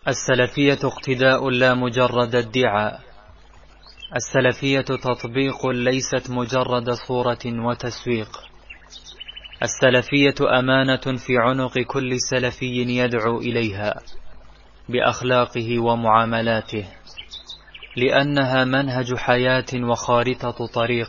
السلفية اقتداء لا مجرد ادعاء. السلفية تطبيق ليست مجرد صورة وتسويق. السلفية أمانة في عنق كل سلفي يدعو إليها بأخلاقه ومعاملاته، لأنها منهج حياة وخارطة طريق.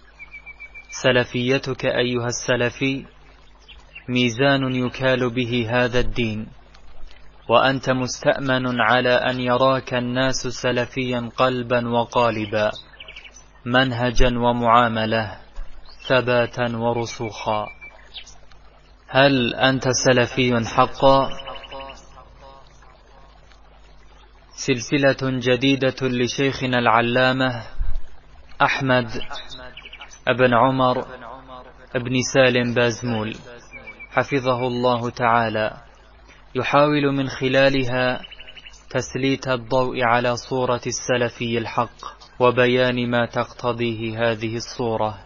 سلفيتك أيها السلفي ميزان يكال به هذا الدين، وأنت مستأمن على أن يراك الناس سلفيا قلبا وقالبا، منهجا ومعاملة، ثباتا ورسوخا. هل أنت سلفي حقا؟ سلسلة جديدة لشيخنا العلامة أحمد بن عمر بن سالم بازمول حفظه الله تعالى، يحاول من خلالها تسليط الضوء على صورة السلفي الحق وبيان ما تقتضيه هذه الصورة.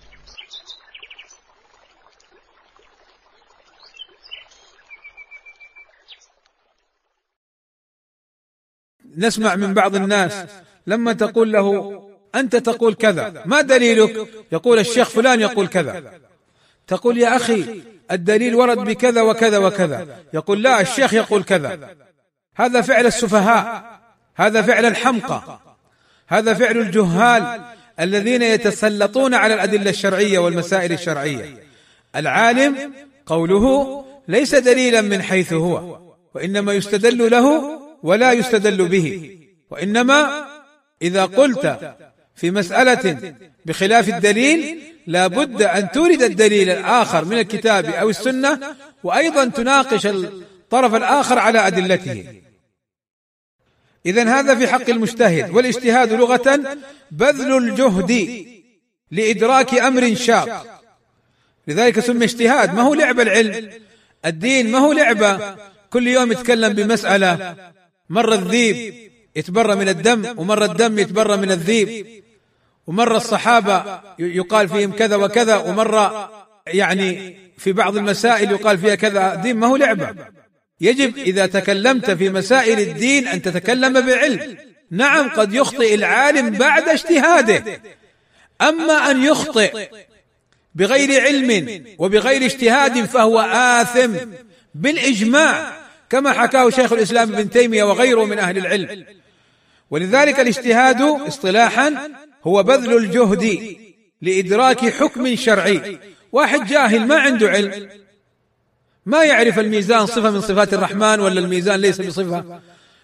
نسمع من بعض الناس لما تقول له أنت تقول كذا، ما دليلك؟ يقول الشيخ فلان يقول كذا. تقول يا أخي الدليل ورد بكذا وكذا وكذا، يقول لا الشيخ يقول كذا. هذا فعل السفهاء، هذا فعل الحمقى، هذا فعل الجهال الذين يتسلطون على الأدلة الشرعية والمسائل الشرعية. العالم قوله ليس دليلا من حيث هو، وإنما يستدل له ولا يستدل به. وإنما إذا قلت في مسألة بخلاف الدليل لا بد أن تورد الدليل الآخر من الكتاب أو السنة، وأيضا تناقش الطرف الآخر على أدلته. إذن هذا في حق المجتهد. والاجتهاد لغة بذل الجهد لإدراك أمر شاق، لذلك سمي اجتهاد. ما هو لعبة العلم، الدين ما هو لعبة كل يوم يتكلم بمسألة، مرة الذيب يتبرى من الدم، ومرة الدم يتبرى من الذيب، ومرة الصحابة يقال فيهم كذا وكذا، ومرة يعني في بعض المسائل يقال فيها كذا. الدين ما هو لعبة. يجب إذا تكلمت في مسائل الدين أن تتكلم بعلم. نعم قد يخطئ العالم بعد اجتهاده، أما أن يخطئ بغير علم وبغير اجتهاد فهو آثم بالإجماع، كما حكاه شيخ الإسلام ابن تيمية وغيره من أهل العلم. ولذلك الاجتهاد اصطلاحا هو بذل الجهد لإدراك حكم شرعي. واحد جاهل ما عنده علم، ما يعرف الميزان صفة من صفات الرحمن ولا الميزان ليس بصفة،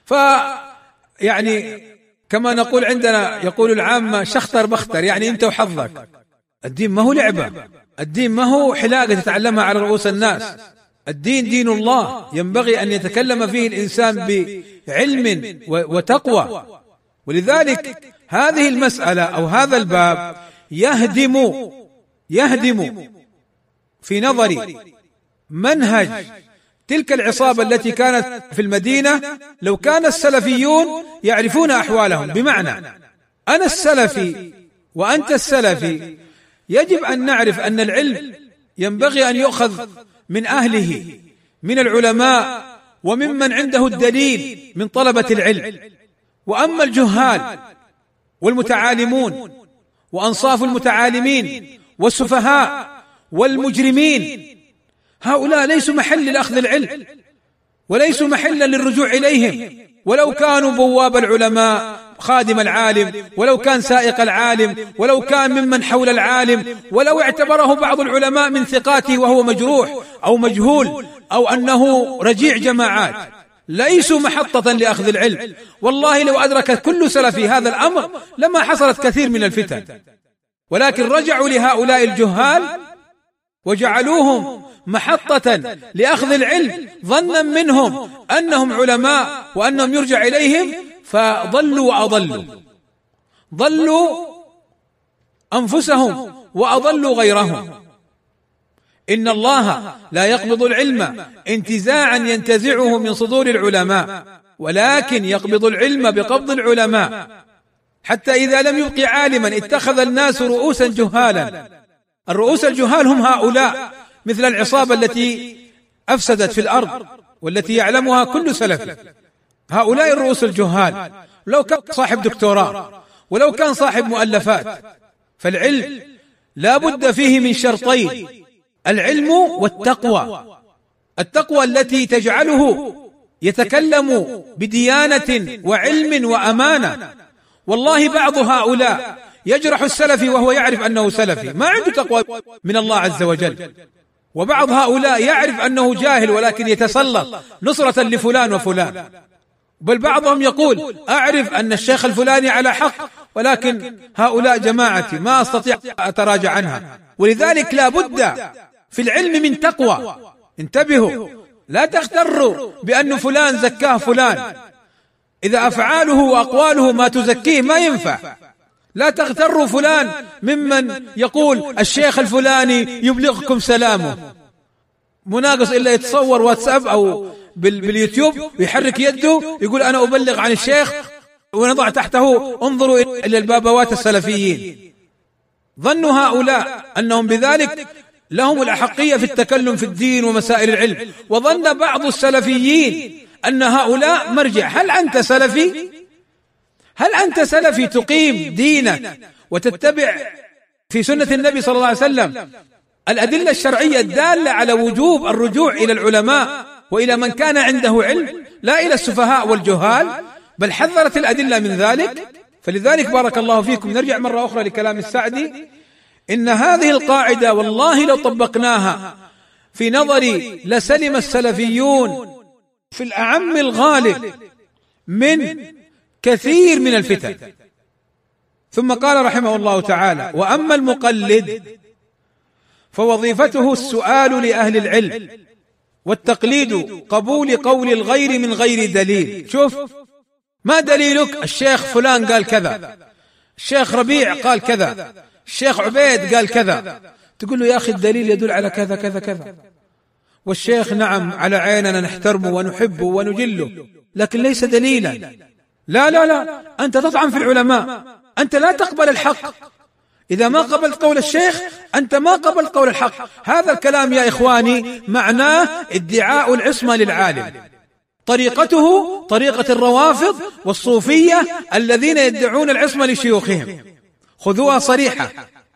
يعني كما نقول عندنا يقول العامة شختر بختر، يعني انت وحظك. الدين ما هو لعبة، الدين ما هو حلاقة تتعلمها على رؤوس الناس. الدين دين الله، ينبغي أن يتكلم فيه الإنسان بعلم وتقوى. ولذلك هذه المسألة أو هذا الباب يهدم في نظري منهج تلك العصابة التي كانت في المدينة لو كان السلفيون يعرفون أحوالهم. بمعنى أنا السلفي وأنت السلفي، يجب أن نعرف أن العلم ينبغي أن يؤخذ من أهله، من العلماء وممن عنده الدليل من طلبة العلم. وأما الجهال والمتعالمون وأنصاف المتعالمين والسفهاء والمجرمين، هؤلاء ليسوا محل لأخذ العلم وليسوا محلا للرجوع إليهم. ولو كانوا بواب العلماء، خادم العالم، ولو كان سائق العالم، ولو كان ممن حول العالم، ولو اعتبره بعض العلماء من ثقاته وهو مجروح أو مجهول أو أنه رجيع جماعات، ليسوا محطة لأخذ العلم. والله لو أدرك كل سلفي هذا الأمر لما حصلت كثير من الفتن، ولكن رجعوا لهؤلاء الجهال وجعلوهم محطة لأخذ العلم، ظنا منهم أنهم علماء وأنهم يرجع إليهم، فضلوا وأضلوا، ضلوا أنفسهم وأضلوا غيرهم. إن الله لا يقبض العلم انتزاعا ينتزعه من صدور العلماء، ولكن يقبض العلم بقبض العلماء، حتى إذا لم يبق عالما اتخذ الناس رؤوسا جهالا. الرؤوس الجهال هم هؤلاء مثل العصابة التي أفسدت في الأرض والتي يعلمها كل سلفي. هؤلاء الرؤوس الجهال لو كان صاحب دكتوراه ولو كان صاحب مؤلفات، فالعلم لا بد فيه من شرطين: العلم والتقوى. التقوى التي تجعله يتكلم بديانة وعلم وأمانة. والله بعض هؤلاء يجرح السلفي وهو يعرف أنه سلفي، ما عنده تقوى من الله عز وجل. وبعض هؤلاء يعرف أنه جاهل ولكن يتسلط نصرة لفلان وفلان، بل بعضهم يقول: أعرف أن الشيخ الفلاني على حق ولكن هؤلاء جماعتي ما أستطيع أتراجع عنها. ولذلك لا بد في العلم من تقوى. انتبهوا، لا تغتروا بأن فلان زكاه فلان، إذا أفعاله وأقواله ما تزكيه ما ينفع. لا تغتروا فلان ممن يقول الشيخ الفلاني يبلغكم سلامه، مناقص إلا يتصور واتساب أو باليوتيوب ويحرك يده يقول أنا أبلغ عن الشيخ، ونضع تحته انظروا إلى البابوات السلفيين. ظنوا هؤلاء أنهم بذلك لهم الأحقية في التكلم في الدين ومسائل العلم، وظن بعض السلفيين أن هؤلاء مرجع. هل أنت سلفي؟ هل أنت سلفي تقيم دينك وتتبع في سنة النبي صلى الله عليه وسلم الأدلة الشرعية الدالة على وجوب الرجوع إلى العلماء وإلى من كان عنده علم، لا إلى السفهاء والجهال، بل حذرت الأدلة من ذلك. فلذلك بارك الله فيكم نرجع مرة أخرى لكلام السعدي، إن هذه القاعدة والله لو طبقناها في نظري لسلم السلفيون في الأعم الغالب من كثير من الفتن. ثم قال رحمه الله تعالى: وأما المقلد فوظيفته السؤال لأهل العلم والتقليد قبول قول الغير من غير دليل. شوف، ما دليلك؟ الشيخ فلان قال كذا، الشيخ ربيع قال كذا، الشيخ عبيد قال كذا. تقول له يا أخي الدليل يدل على كذا كذا كذا، والشيخ نعم على عيننا نحترمه ونحبه ونجله، لكن ليس دليلا. لا لا لا، أنت تطعن في العلماء، أنت لا تقبل الحق. إذا ما قبلت قول الشيخ أنت ما قبلت قول الحق. هذا الكلام يا إخواني معناه ادعاء العصمة للعالم. طريقته طريقة الروافض والصوفية الذين يدعون العصمة لشيوخهم، خذوها صريحة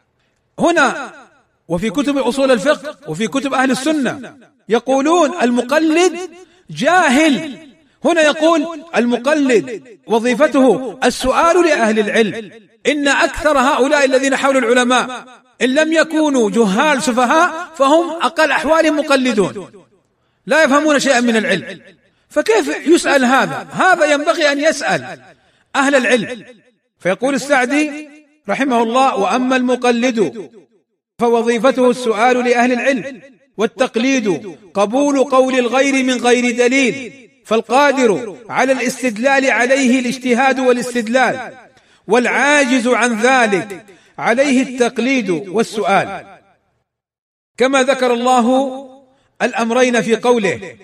هنا وفي كتب أصول الفقه وفي كتب أهل السنة. يقولون المقلد جاهل، هنا يقول المقلد وظيفته السؤال لأهل العلم. إن أكثر هؤلاء الذين حول العلماء إن لم يكونوا جهال سفهاء فهم أقل أحوالهم مقلدون، لا يفهمون شيئا من العلم. فكيف يسأل هذا؟ هذا ينبغي أن يسأل أهل العلم. فيقول السعدي رحمه الله: وأما المقلد فوظيفته السؤال لأهل العلم والتقليد قبول قول الغير من غير دليل، فالقادر على الاستدلال عليه الاجتهاد والاستدلال، والعاجز عن ذلك عليه التقليد والسؤال، كما ذكر الله الأمرين في قوله،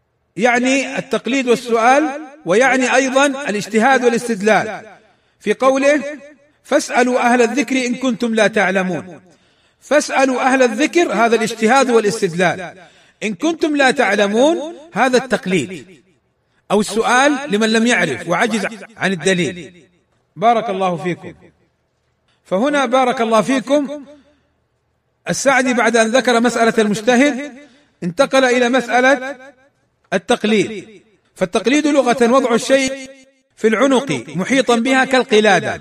يعني التقليد والسؤال، ويعني أيضا الاجتهاد والاستدلال في قوله: فاسألوا أهل الذكر إن كنتم لا تعلمون. فاسألوا أهل الذكر هذا الاجتهاد والاستدلال، إن كنتم لا تعلمون هذا التقليد أو السؤال لمن لم يعرف وعجز عن الدليل. بارك الله فيكم. فهنا بارك الله فيكم السعدي بعد أن ذكر مسألة المجتهد انتقل إلى مسألة التقليد. فالتقليد لغة وضع الشيء في العنق محيطا بها كالقلادة،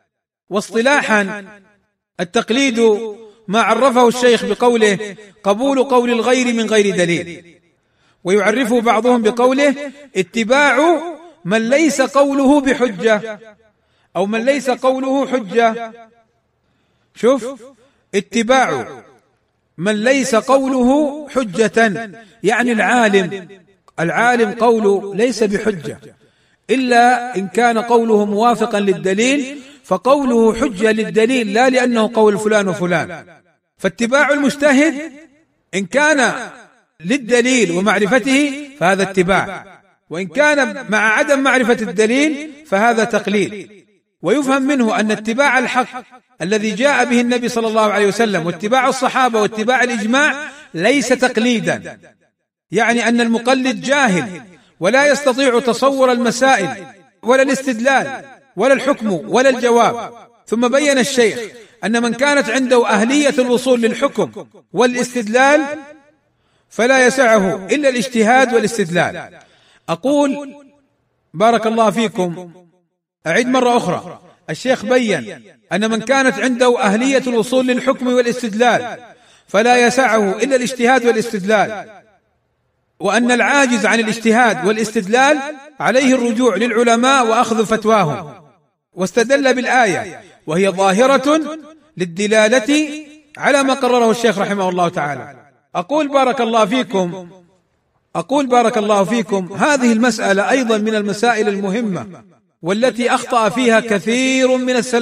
واصطلاحا التقليد ما عرفه الشيخ بقوله قبول قول الغير من غير دليل، ويعرفه بعضهم بقوله اتباع من ليس قوله بحجة أو من ليس قوله حجة. شوف، اتباع من ليس قوله حجة، يعني العالم قوله ليس بحجة إلا إن كان قوله موافقا للدليل، فقوله حجة للدليل لا لأنه قول فلان وفلان. فاتباع المجتهد إن كان للدليل ومعرفته فهذا اتباع، وإن كان مع عدم معرفة الدليل فهذا تقليد. ويفهم منه أن اتباع الحق الذي جاء به النبي صلى الله عليه وسلم واتباع الصحابة واتباع الإجماع ليس تقليدا، يعني أن المقلد جاهل ولا يستطيع تصور المسائل ولا الاستدلال ولا الحكم ولا الجواب. ثم بين الشيخ أن من كانت عنده أهلية الوصول للحكم والاستدلال فلا يسعه إلا الاجتهاد والاستدلال. أقول بارك الله فيكم، أعيد مرة أخرى، الشيخ بين أن من كانت عنده أهلية الوصول للحكم والاستدلال فلا يسعه إلا الاجتهاد والاستدلال، وأن العاجز عن الاجتهاد والاستدلال عليه الرجوع للعلماء وأخذ فتواهم، واستدل بالآية وهي ظاهرة للدلالة على ما قرره الشيخ رحمه الله تعالى. أقول بارك الله فيكم هذه المسألة أيضا من المسائل المهمة والتي أخطأ فيها كثير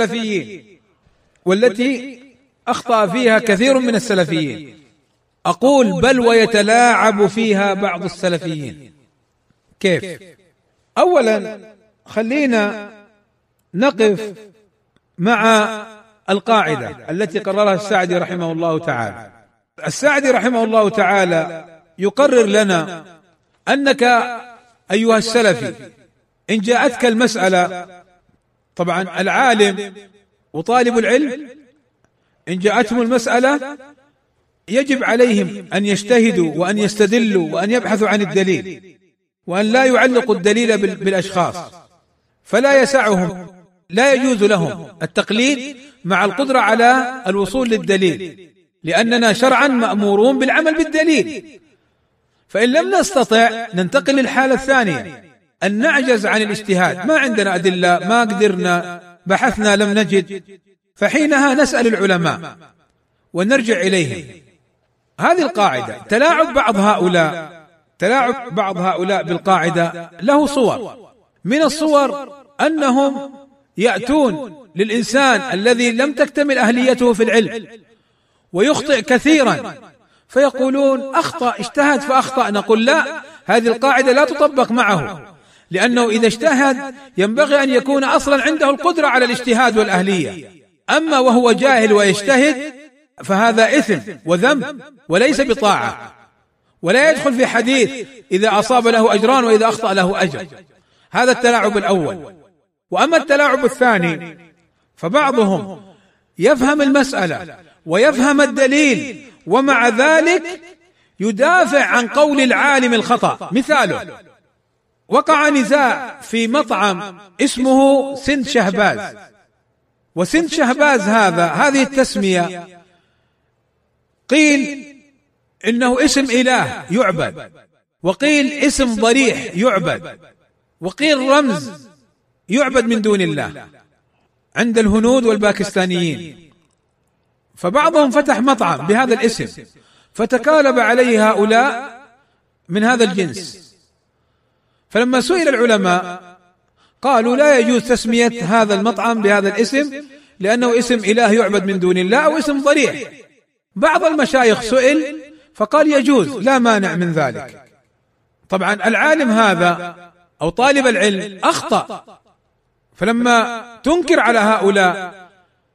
من السلفيين، أقول بل ويتلاعب فيها بعض السلفيين. كيف؟ أولا خلينا نقف مع القاعدة التي قررها السعدي رحمه الله تعالى. السعدي رحمه الله تعالى يقرر لنا أنك أيها السلفي إن جاءتك المسألة، طبعا العالم وطالب العلم إن جاءتهم المسألة يجب عليهم أن يجتهدوا وأن يستدلوا وأن يبحثوا عن الدليل، وأن لا يعلقوا الدليل بالأشخاص، فلا يسعهم، لا يجوز لهم التقليد مع القدرة على الوصول للدليل، لأننا شرعا مأمورون بالعمل بالدليل. فإن لم نستطع ننتقل للحالة الثانية، أن نعجز عن الاجتهاد، ما عندنا أدلة، ما قدرنا، بحثنا لم نجد، فحينها نسأل العلماء ونرجع إليهم. هذه القاعدة. تلاعب بعض هؤلاء بالقاعدة له صور. من الصور أنهم يأتون للإنسان الذي لم تكتمل أهليته في العلم ويخطئ كثيرا فيقولون أخطأ، اجتهد فأخطأ. نقول لا، هذه القاعدة لا تطبق معه، لأنه إذا اجتهد ينبغي أن يكون أصلا عنده القدرة على الاجتهاد والأهلية، أما وهو جاهل ويجتهد فهذا إثم وذنب وليس بطاعة، ولا يدخل في حديث إذا أصاب له أجران وإذا أخطأ له أجر. هذا التلاعب الأول. وأما التلاعب الثاني فبعضهم يفهم المسألة ويفهم الدليل ومع ذلك يدافع عن قول العالم الخطأ. مثاله، وقع نزاع في مطعم اسمه سند شهباز، وسند شهباز هذه التسمية قيل إنه اسم إله يعبد، وقيل اسم ضريح يعبد، وقيل رمز يعبد من دون الله عند الهنود والباكستانيين. فبعضهم فتح مطعم بهذا الاسم فتكالب عليه هؤلاء من هذا الجنس، فلما سئل العلماء قالوا لا يجوز تسمية هذا المطعم بهذا الاسم لأنه اسم إله يعبد من دون الله أو اسم ضريح. بعض المشايخ سئل فقال يجوز، لا مانع من ذلك. طبعا العالم هذا أو طالب العلم أخطأ، فلما تنكر على هؤلاء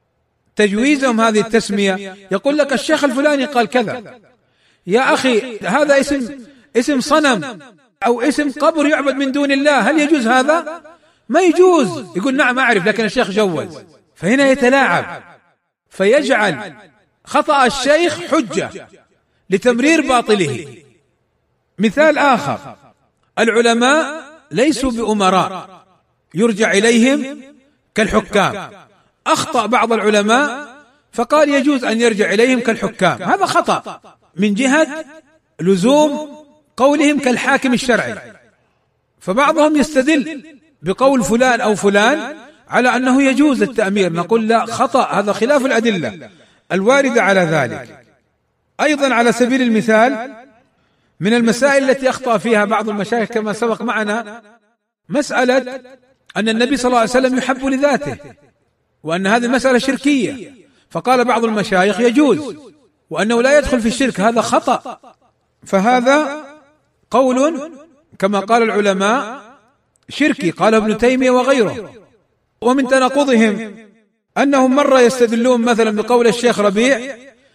تجويزهم هذه التسمية يقول لك الشيخ الفلاني قال كذا. يا أخي هذا اسم صنم أو اسم قبر يعبد من دون الله، هل يجوز هذا؟ ما يجوز. يقول نعم أعرف لكن الشيخ جوز. فهنا يتلاعب فيجعل خطأ الشيخ حجة لتمرير باطله. مثال آخر، العلماء ليسوا بأمراء يرجع إليهم كالحكام. أخطأ بعض العلماء فقال يجوز أن يرجع إليهم كالحكام، هذا خطأ من جهة لزوم قولهم كالحاكم الشرعي. فبعضهم يستدل بقول فلان أو فلان على أنه يجوز التأمير، نقول لا، خطأ، هذا خلاف الأدلة الواردة على ذلك. أيضا على سبيل المثال من المسائل التي أخطأ فيها بعض المشايخ كما سبق معنا مسألة أن النبي صلى الله عليه وسلم يحب لذاته، وأن هذه مسألة شركية، فقال بعض المشايخ يجوز وأنه لا يدخل في الشرك، هذا خطأ. فهذا قول كما قال العلماء شركي، قال ابن تيمية وغيره. ومن تناقضهم أنهم مرة يستدلون مثلا بقول الشيخ ربيع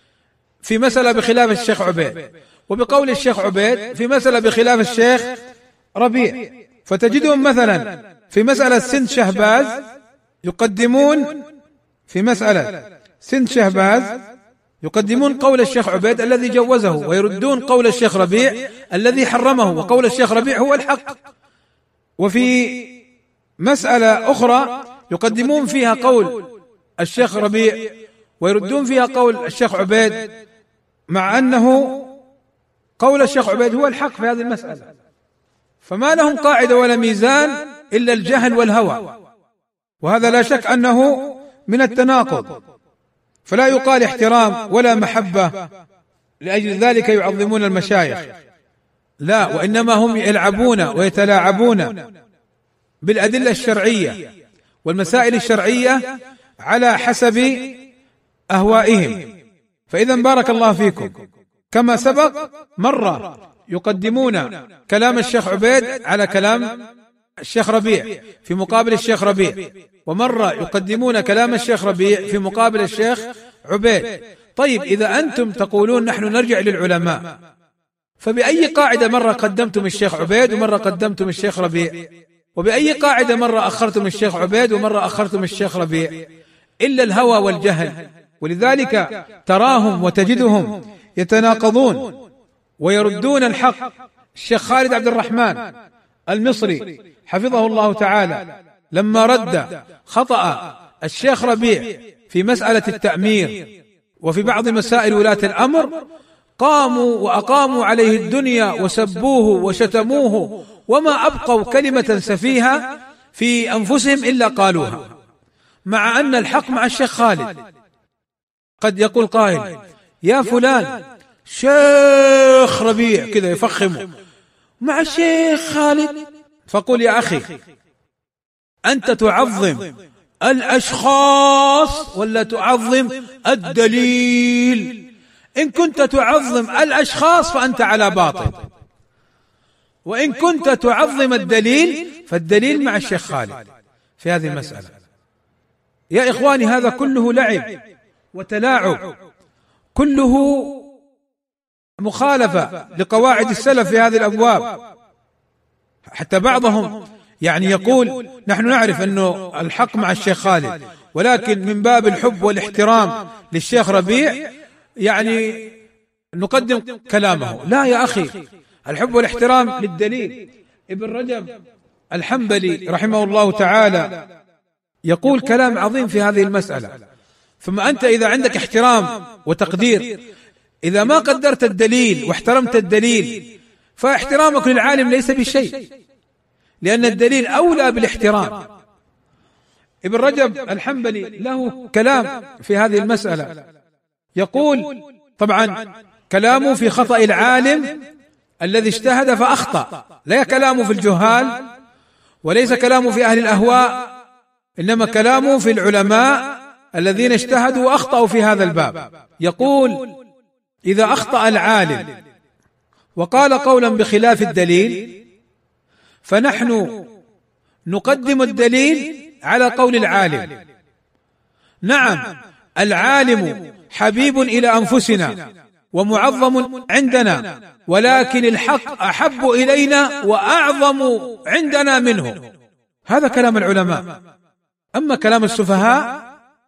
في مسألة بخلاف الشيخ عبيد، وبقول الشيخ عبيد في مسألة بخلاف الشيخ ربيع، فتجدهم مثلا في مسألة سند شهباز يقدمون في مسألة سند شهباز يقدمون قول الشيخ عبيد الذي جوزه، ويردون قول الشيخ ربيع الذي حرمه، وقول الشيخ ربيع هو الحق. وفي مسألة أخرى يقدمون فيها قول الشيخ ربيع ويردون فيها قول الشيخ عبيد، مع أنه قول الشيخ عبيد هو الحق في هذه المسألة. فما لهم قاعدة ولا ميزان إلا الجهل والهوى، وهذا لا شك أنه من التناقض. فلا يقال احترام ولا محبة لأجل ذلك يعظمون المشايخ، لا، وإنما هم يلعبون ويتلاعبون بالأدلة الشرعية والمسائل الشرعية على حسب أهوائهم. فإذا بارك الله فيكم، كما سبق مرة يقدمون كلام الشيخ عبيد على كلام الشيخ ربيع في مقابل الشيخ ربيع، ومرة يقدمون كلام الشيخ ربيع في مقابل الشيخ عبيد. طيب إذا أنتم تقولون نحن نرجع للعلماء، فبأي قاعدة مرة قدمتم الشيخ عبيد ومرة قدمتم الشيخ ربيع؟ وبأي قاعدة مرة أخرتم الشيخ عبيد ومرة أخرتم الشيخ ربيع؟ إلا الهوى والجهل. ولذلك تراهم وتجدهم يتناقضون ويردون الحق. الشيخ خالد عبد الرحمن المصري حفظه الله تعالى لما رد خطأ الشيخ ربيع في مسألة التأمير وفي بعض مسائل ولاة الأمر، قاموا وأقاموا عليه الدنيا وسبوه وشتموه، وما أبقوا كلمة سفيهة في أنفسهم إلا قالوها، مع أن الحق مع الشيخ خالد. قد يقول قائل يا فلان شيخ ربيع كذا يفخمه مع الشيخ خالد، فقل يا أخي أنت تعظم الأشخاص ولا تعظم الدليل؟ إن كنت تعظم الأشخاص فأنت على باطل، وإن كنت تعظم الدليل فالدليل مع الشيخ خالد في هذه المسألة. يا إخواني هذا كله لعب وتلاعب، كله مخالفة لقواعد السلف في هذه الأبواب. حتى بعضهم يعني يقول نحن نعرف أنه الحق مع الشيخ خالد، ولكن من باب الحب والاحترام للشيخ ربيع يعني نقدم كلامه. لا يا أخي، الحب والاحترام للدليل. ابن رجب الحنبلي رحمه الله تعالى يقول كلام عظيم في هذه المسألة. ثم أنت إذا عندك احترام وتقدير، إذا ما قدرت الدليل واحترمت الدليل فاحترامك للعالم ليس بشيء، لأن الدليل أولى بالاحترام. ابن رجب الحنبلي له كلام في هذه المسألة، يقول طبعا كلامه في خطأ العالم الذي اجتهد فأخطأ، لا كلامه في الجهال وليس كلامه في أهل الأهواء، إنما كلامه في العلماء الذين اجتهدوا وأخطأوا في هذا الباب. يقول إذا أخطأ العالم وقال قولا بخلاف الدليل فنحن نقدم الدليل على قول العالم. نعم العالم حبيب إلى أنفسنا ومعظم عندنا، ولكن الحق أحب إلينا وأعظم عندنا منه. هذا كلام العلماء. أما كلام السفهاء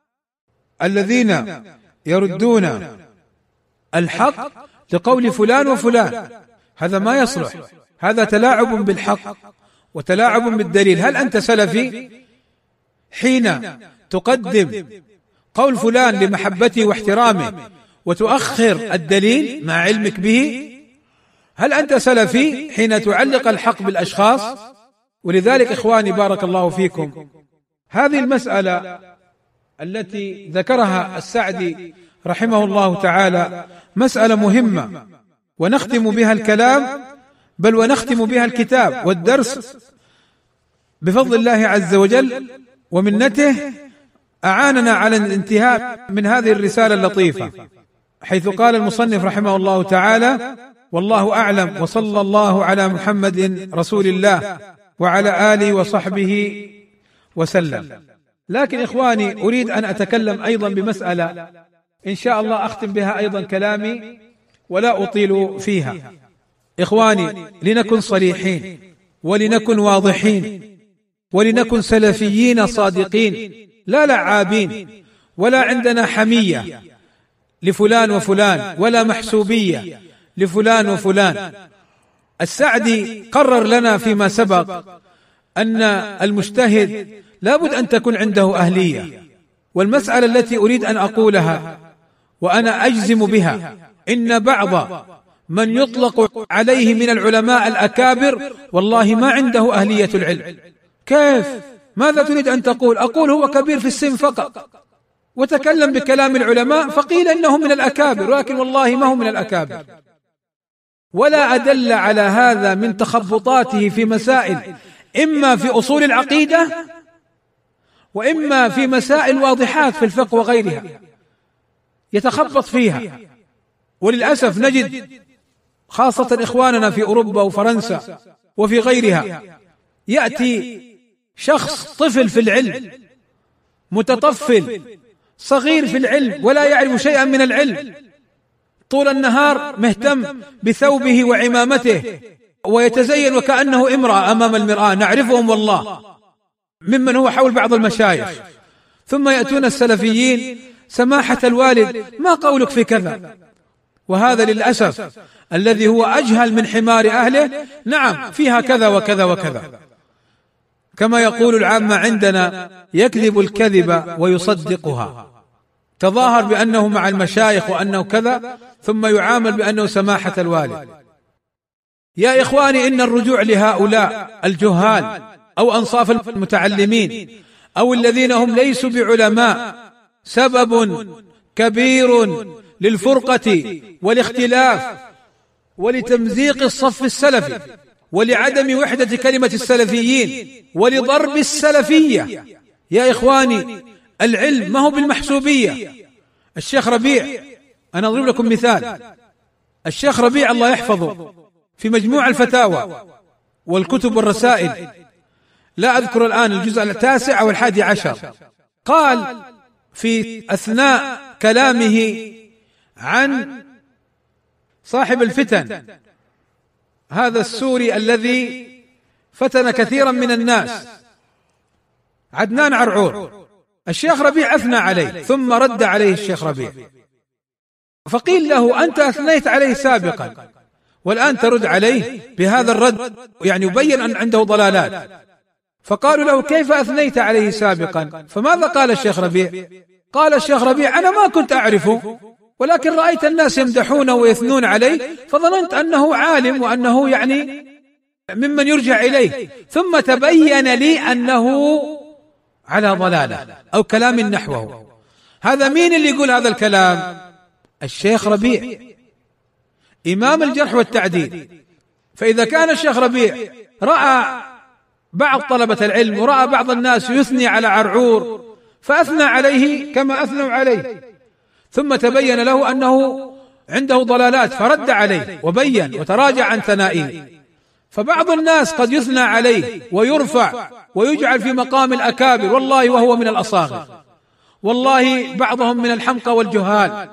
الذين يردون الحق لقول فلان وفلان، هذا ما يصلح، هذا تلاعب بالحق وتلاعب بالدليل. هل أنت سلفي حين تقدم قول فلان لمحبته واحترامه وتؤخر الدليل مع علمك به؟ هل أنت سلفي حين تعلق الحق بالأشخاص؟ ولذلك إخواني بارك الله فيكم، هذه المسألة التي ذكرها السعدي رحمه الله تعالى مسألة مهمة، ونختم بها الكلام بل ونختم بها الكتاب والدرس بفضل الله عز وجل ومنته. أعاننا على الانتهاء من هذه الرسالة اللطيفة، حيث قال المصنف رحمه الله تعالى: والله أعلم، وصلى الله على محمد رسول الله وعلى آله وصحبه وسلم. لكن إخواني أريد أن أتكلم أيضا بمسألة إن شاء الله أختم بها أيضا كلامي ولا أطيل فيها. إخواني لنكن صريحين، ولنكن واضحين، ولنكن سلفيين صادقين لا لعابين، ولا عندنا حمية لفلان وفلان، ولا محسوبية لفلان وفلان. السعدي قرر لنا فيما سبق أن المجتهد لابد أن تكون عنده أهلية. والمسألة التي أريد أن أقولها وأنا أجزم بها، إن بعض من يطلق عليه من العلماء الأكابر والله ما عنده أهلية العلم. كيف؟ ماذا تريد أن تقول؟ أقول هو كبير في السن فقط، وتكلم بكلام العلماء فقيل إنه من الأكابر، ولكن والله ما هو من الأكابر. ولا أدل على هذا من تخبطاته في مسائل، إما في أصول العقيدة وإما في مسائل واضحات في الفقه وغيرها، يتخبط فيها. وللأسف نجد خاصة إخواننا في أوروبا وفرنسا وفي غيرها، يأتي شخص طفل في العلم، متطفل صغير في العلم ولا يعرف شيئا من العلم، طول النهار مهتم بثوبه وعمامته ويتزين وكأنه امرأة أمام المرآة، نعرفهم والله ممن هو حول بعض المشايخ. ثم يأتون السلفيين: سماحة الوالد ما قولك في كذا؟ وهذا للأسف الذي هو أجهل من حمار أهله. نعم فيها كذا وكذا وكذا، كما يقول العامة عندنا: يكذب الكذب ويصدقها، تظاهر بأنه مع المشايخ وأنه كذا، ثم يعامل بأنه سماحة الوالد. يا إخواني، إن الرجوع لهؤلاء الجهال أو أنصاف المتعلمين أو الذين هم ليسوا بعلماء سبب كبير للفرقة والاختلاف ولتمزيق الصف السلفي ولعدم وحدة كلمة السلفيين ولضرب السلفية. يا إخواني، العلم ما هو بالمحسوبية. الشيخ ربيع، أنا أضرب لكم مثال، الشيخ ربيع الله يحفظه في مجموع الفتاوى والكتب والرسائل، لا أذكر الآن الجزء 9 أو 11، قال في أثناء كلامه عن صاحب الفتن هذا السوري الذي فتن كثيرا من الناس، عدنان عرعور، الشيخ ربيع أثنى عليه ثم رد عليه الشيخ ربيع، فقيل له: أنت أثنيت عليه سابقا والآن ترد عليه بهذا الرد، يعني يبين أن عنده ضلالات. فقالوا له: كيف أثنيت عليه سابقا؟ فماذا قال الشيخ ربيع؟ قال الشيخ ربيع: أنا ما كنت أعرفه، ولكن رأيت الناس يمدحونه ويثنون عليه فظننت أنه عالم وأنه يعني ممن يرجع إليه، ثم تبين لي أنه على ضلالة أو كلام نحوه. هذا مين اللي يقول هذا الكلام؟ الشيخ ربيع إمام الجرح والتعديل. فإذا كان الشيخ ربيع رأى بعض طلبة العلم ورأى بعض الناس يثني على عرعور فأثنى عليه كما أثنوا عليه، ثم تبين له أنه عنده ضلالات فرد عليه وبين وتراجع عن ثنائه. فبعض الناس قد يثنى عليه ويرفع ويجعل في مقام الأكابر والله وهو من الأصاغر، والله بعضهم من الحمقى والجهال،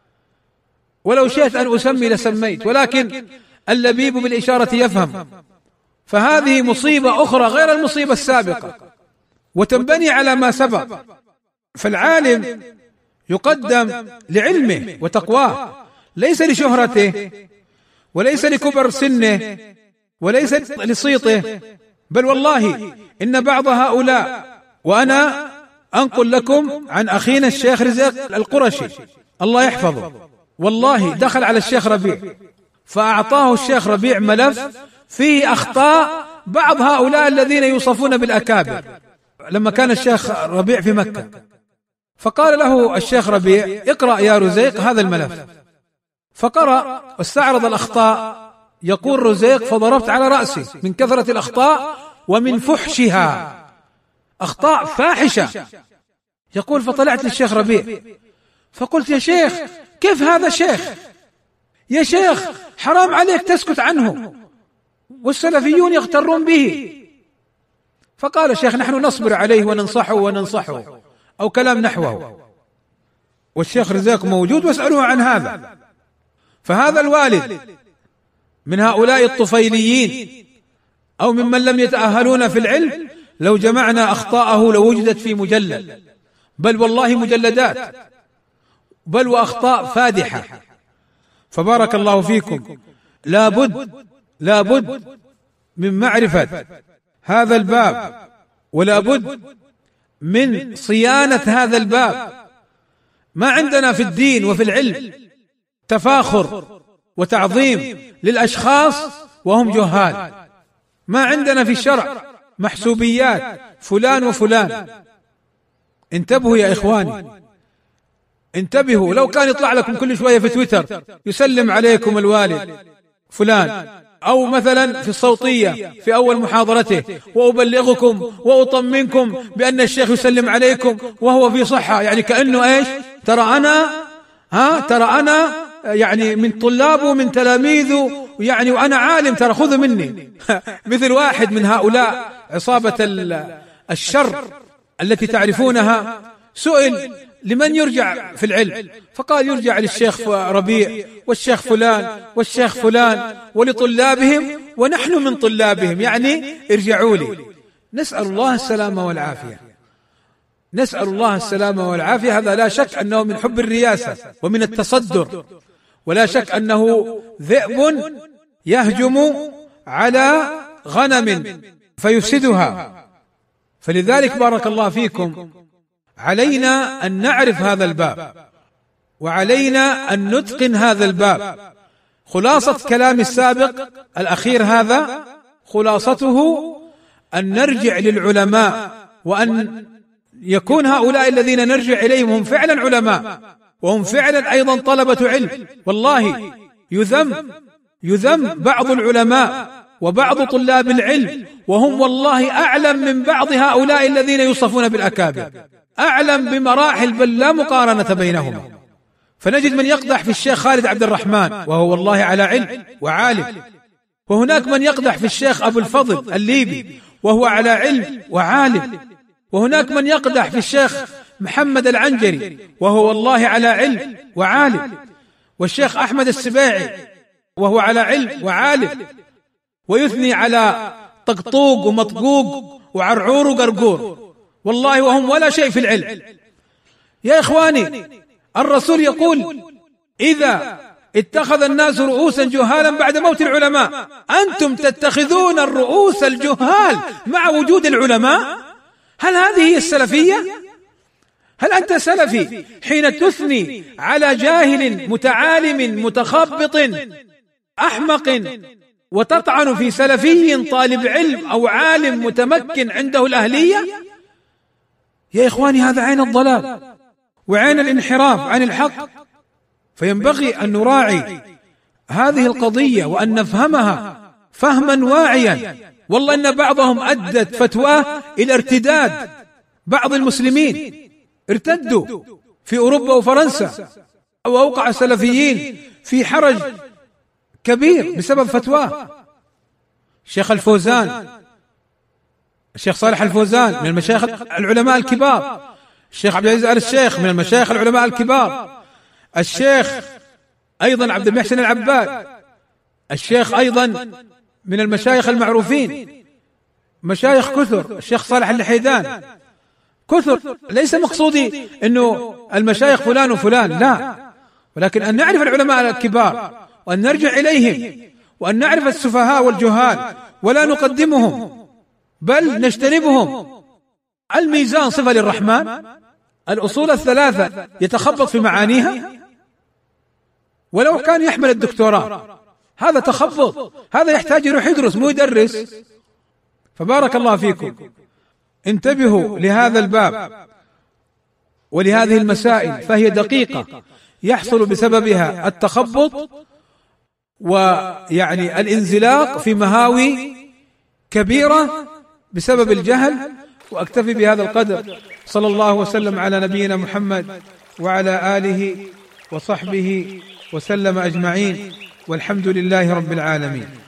ولو شئت أن أسمي لسميت، ولكن اللبيب بالإشارة يفهم. فهذه مصيبة أخرى غير المصيبة السابقة وتنبني على ما سبق. فالعالم يقدم لعلمه وتقواه، ليس لشهرته وليس لكبر سنه وليس لصيته، بل والله إن بعض هؤلاء، وأنا أنقل لكم عن أخينا الشيخ رزاق القرشي الله يحفظه، والله دخل على الشيخ ربيع فأعطاه الشيخ ربيع ملف فيه أخطاء بعض هؤلاء الذين يوصفون بالأكابر لما كان الشيخ ربيع في مكة، فقال له الشيخ ربيع: اقرأ يا رزيق هذا الملف. فقرأ واستعرض الأخطاء، يقول رزيق: فضربت على رأسي من كثرة الأخطاء ومن فحشها، أخطاء فاحشة. يقول: فطلعت للشيخ ربيع فقلت: يا شيخ كيف هذا شيخ؟ يا شيخ حرام عليك تسكت عنه، والسلفيون يغترون به. فقال الشيخ: نحن نصبر عليه وننصحه أو كلام نحوه. والشيخ رزاق موجود واسألوه عن هذا. فهذا الوالد من هؤلاء الطفيليين أو ممن لم يتأهلون في العلم لو جمعنا أخطاءه لوجدت في مجلد، بل والله مجلدات، بل وأخطاء فادحة. فبارك الله فيكم، لا بد من معرفة هذا الباب، ولا بد من صيانة هذا الباب. ما عندنا في الدين وفي العلم تفاخر وتعظيم للأشخاص وهم جهال، ما عندنا في الشرع محسوبيات فلان وفلان. انتبهوا يا إخواني، انتبهوا. لو كان يطلع لكم كل شوية في تويتر يسلم عليكم الوالد فلان، أو مثلا في الصوتية في أول محاضرته وأبلغكم وأطمنكم بأن الشيخ يسلم عليكم وهو في صحة، يعني كأنه إيش؟ ترى أنا يعني من طلابه من تلاميذه، يعني وأنا عالم، ترى خذوا مني. مثل واحد من هؤلاء عصابة الشر التي تعرفونها سئل لمن يرجع في العلم، فقال يرجع للشيخ ربيع والشيخ فلان والشيخ فلان ولطلابهم ونحن من طلابهم، يعني ارجعوا لي. نسأل الله السلامة والعافية، نسأل الله السلامة والعافية. هذا لا شك أنه من حب الرياسة ومن التصدر، ولا شك أنه ذئب يهجم على غنم فيفسدها. فلذلك بارك الله فيكم علينا أن نعرف هذا الباب، وعلينا أن نتقن هذا الباب. خلاصة كلام السابق الأخير هذا خلاصته أن نرجع للعلماء، وأن يكون هؤلاء الذين نرجع إليهم هم فعلا علماء، وهم فعلا أيضا طلبة علم. والله يذم بعض العلماء وبعض طلاب العلم وهم والله أعلم من بعض هؤلاء الذين يوصفون بالأكابر، أعلم بمراحل بل لا مقارنة بينهما. فنجد من يقدح في الشيخ خالد عبد الرحمن وهو والله على علم وعالم، وهناك من يقدح في الشيخ أبو الفضل الليبي وهو على علم وعالم، وهناك من يقدح في الشيخ محمد العنجري وهو والله على علم وعالم، والشيخ أحمد السباعي وهو على علم وعالم، ويثني على طقطوق ومطقوق وعرعور وقرقور والله وهم ولا شيء في العلم. يا إخواني، الرسول يقول إذا اتخذ الناس رؤوسا جهالا بعد موت العلماء، أنتم تتخذون الرؤوس الجهال مع وجود العلماء. هل هذه هي السلفية؟ هل أنت سلفي حين تثني على جاهل متعالم متخبط أحمق وتطعن في سلفي طالب علم أو عالم متمكن عنده الأهلية؟ يا إخواني، هذا عين الضلال وعين الانحراف عن الحق. فينبغي أن نراعي هذه القضية وأن نفهمها فهما واعيا. والله إن بعضهم أدت فتواه إلى ارتداد بعض المسلمين، ارتدوا في أوروبا وفرنسا، وأوقع السلفيين في حرج كبير بسبب فتواه. الشيخ الفوزان، الشيخ صالح الفوزان من المشايخ العلماء الكبار، الشيخ عبد العزيز آل الشيخ من المشايخ العلماء الكبار، الشيخ أيضا عبد المحسن العباد، الشيخ أيضا من المشايخ المعروفين، مشايخ كثر، الشيخ صالح اللحيدان، كثر. ليس مقصودي أنه المشايخ فلان وفلان، لا، ولكن أن نعرف العلماء الكبار وأن نرجع إليهم، وأن نعرف السفهاء والجهال ولا نقدمهم بل نجتنبهم. الميزان صفة للرحمن، الأصول الثلاثة يتخبط في معانيها، ولو كان يحمل الدكتوراه هذا تخبط، هذا يحتاج يروح يدرس مو يدرس. فبارك الله فيكم، انتبهوا لهذا الباب ولهذه المسائل، فهي دقيقة يحصل بسببها التخبط ويعني الانزلاق في مهاوي كبيرة بسبب الجهل. وأكتفي بهذا القدر. صلى الله وسلم على نبينا محمد وعلى آله وصحبه وسلم أجمعين، والحمد لله رب العالمين.